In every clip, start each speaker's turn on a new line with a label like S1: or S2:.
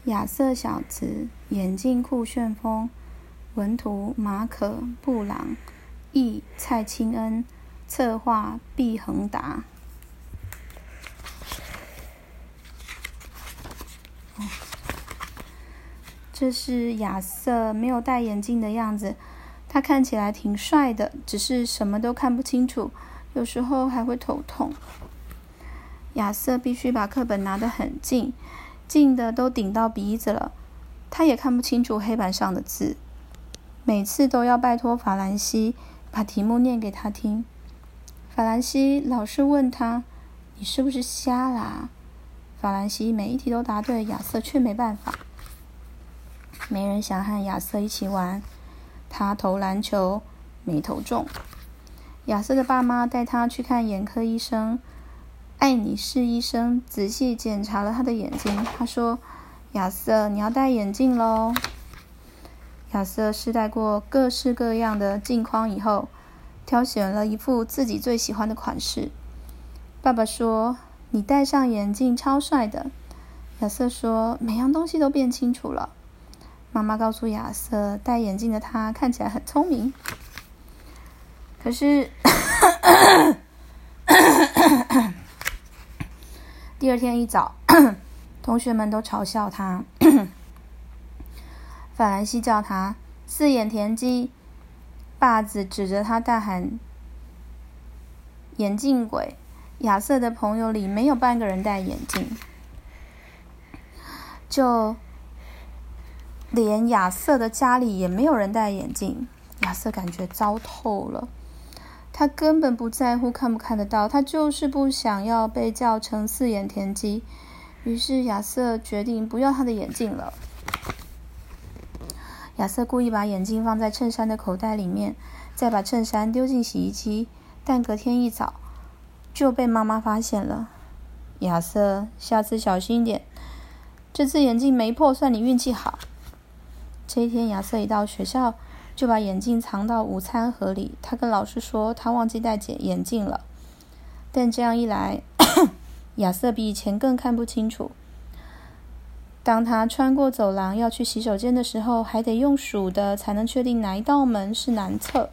S1: 亚瑟小子，眼镜酷旋风，文图马可布朗，译蔡清恩，策划毕恒达。这是亚瑟没有戴眼镜的样子，他看起来挺帅的，只是什么都看不清楚，有时候还会头痛。亚瑟必须把课本拿得很近，近的都顶到鼻子了，他也看不清楚黑板上的字，每次都要拜托法兰西把题目念给他听。法兰西老是问他，你是不是瞎啦？法兰西每一题都答对，亚瑟却没办法。没人想和亚瑟一起玩，他投篮球没投中。亚瑟的爸妈带他去看眼科医生，艾尼士医生仔细检查了他的眼睛，他说，亚瑟，你要戴眼镜咯。亚瑟试戴过各式各样的镜框以后，挑选了一副自己最喜欢的款式。爸爸说，你戴上眼镜超帅的。亚瑟说，每样东西都变清楚了。妈妈告诉亚瑟，戴眼镜的他看起来很聪明。可是第二天一早，同学们都嘲笑他。法兰西叫他四眼田鸡，爸子指着他大喊眼镜鬼。亚瑟的朋友里没有半个人戴眼镜，就连亚瑟的家里也没有人戴眼镜。亚瑟感觉糟透了，他根本不在乎看不看得到，他就是不想要被叫成四眼田鸡。于是亚瑟决定不要他的眼镜了。亚瑟故意把眼镜放在衬衫的口袋里面，再把衬衫丢进洗衣机，但隔天一早就被妈妈发现了。亚瑟，下次小心一点，这次眼镜没破，算你运气好。这一天，亚瑟一到学校就把眼镜藏到午餐盒里，他跟老师说他忘记戴眼镜了。但这样一来，亚瑟比以前更看不清楚。当他穿过走廊要去洗手间的时候，还得用数的才能确定哪一道门是男厕。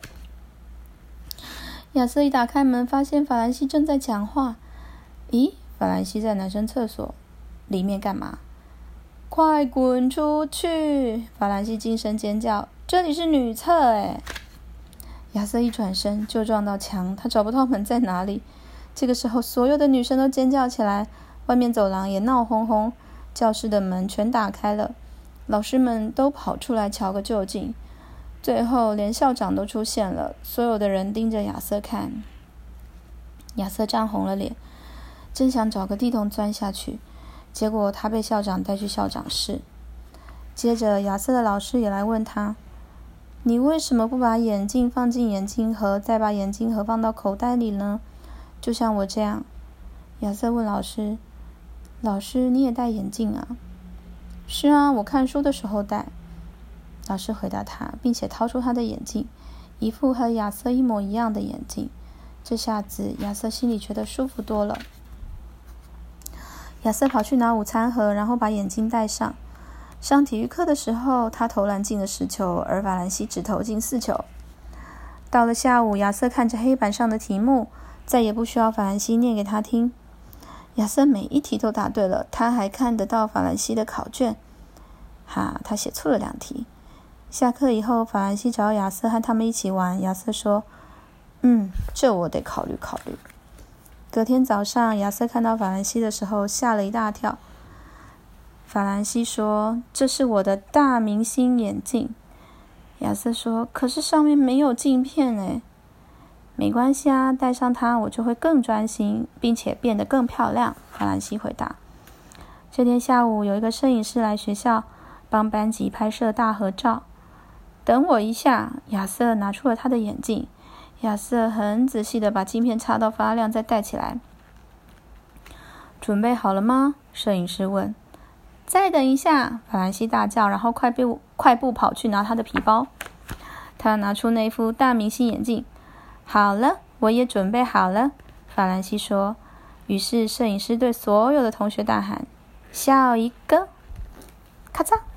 S1: 亚瑟一打开门，发现法兰西正在讲话。咦，法兰西在男生厕所里面干嘛？快滚出去！法兰西惊声尖叫，这里是女厕诶。亚瑟一转身就撞到墙，他找不到门在哪里。这个时候，所有的女生都尖叫起来，外面走廊也闹哄哄，教室的门全打开了，老师们都跑出来瞧个究竟。最后连校长都出现了，所有的人盯着亚瑟看。亚瑟涨红了脸，真想找个地洞钻下去，结果他被校长带去校长室。接着亚瑟的老师也来问他，你为什么不把眼镜放进眼镜盒，再把眼镜盒放到口袋里呢？就像我这样。亚瑟问老师，老师，你也戴眼镜啊？是啊，我看书的时候戴。老师回答他，并且掏出他的眼镜，一副和亚瑟一模一样的眼镜。这下子亚瑟心里觉得舒服多了。亚瑟跑去拿午餐盒，然后把眼镜戴上。上体育课的时候，他投篮进了10球，而法兰西只投进4球。到了下午，亚瑟看着黑板上的题目，再也不需要法兰西念给他听。亚瑟每一题都答对了，他还看得到法兰西的考卷。他写错了2题。下课以后，法兰西找亚瑟和他们一起玩。亚瑟说，这我得考虑考虑。隔天早上，亚瑟看到法兰西的时候吓了一大跳。法兰西说，这是我的大明星眼镜。亚瑟说，可是上面没有镜片诶。没关系啊，戴上它我就会更专心，并且变得更漂亮。法兰西回答。这天下午，有一个摄影师来学校帮班级拍摄大合照。等我一下，亚瑟拿出了他的眼镜。亚瑟很仔细地把镜片擦到发亮，再戴起来。准备好了吗？摄影师问。再等一下，法兰西大叫，然后快步跑去拿他的皮包。他拿出那副大明星眼镜。好了，我也准备好了，法兰西说。于是摄影师对所有的同学大喊，笑一个。 咔嚓。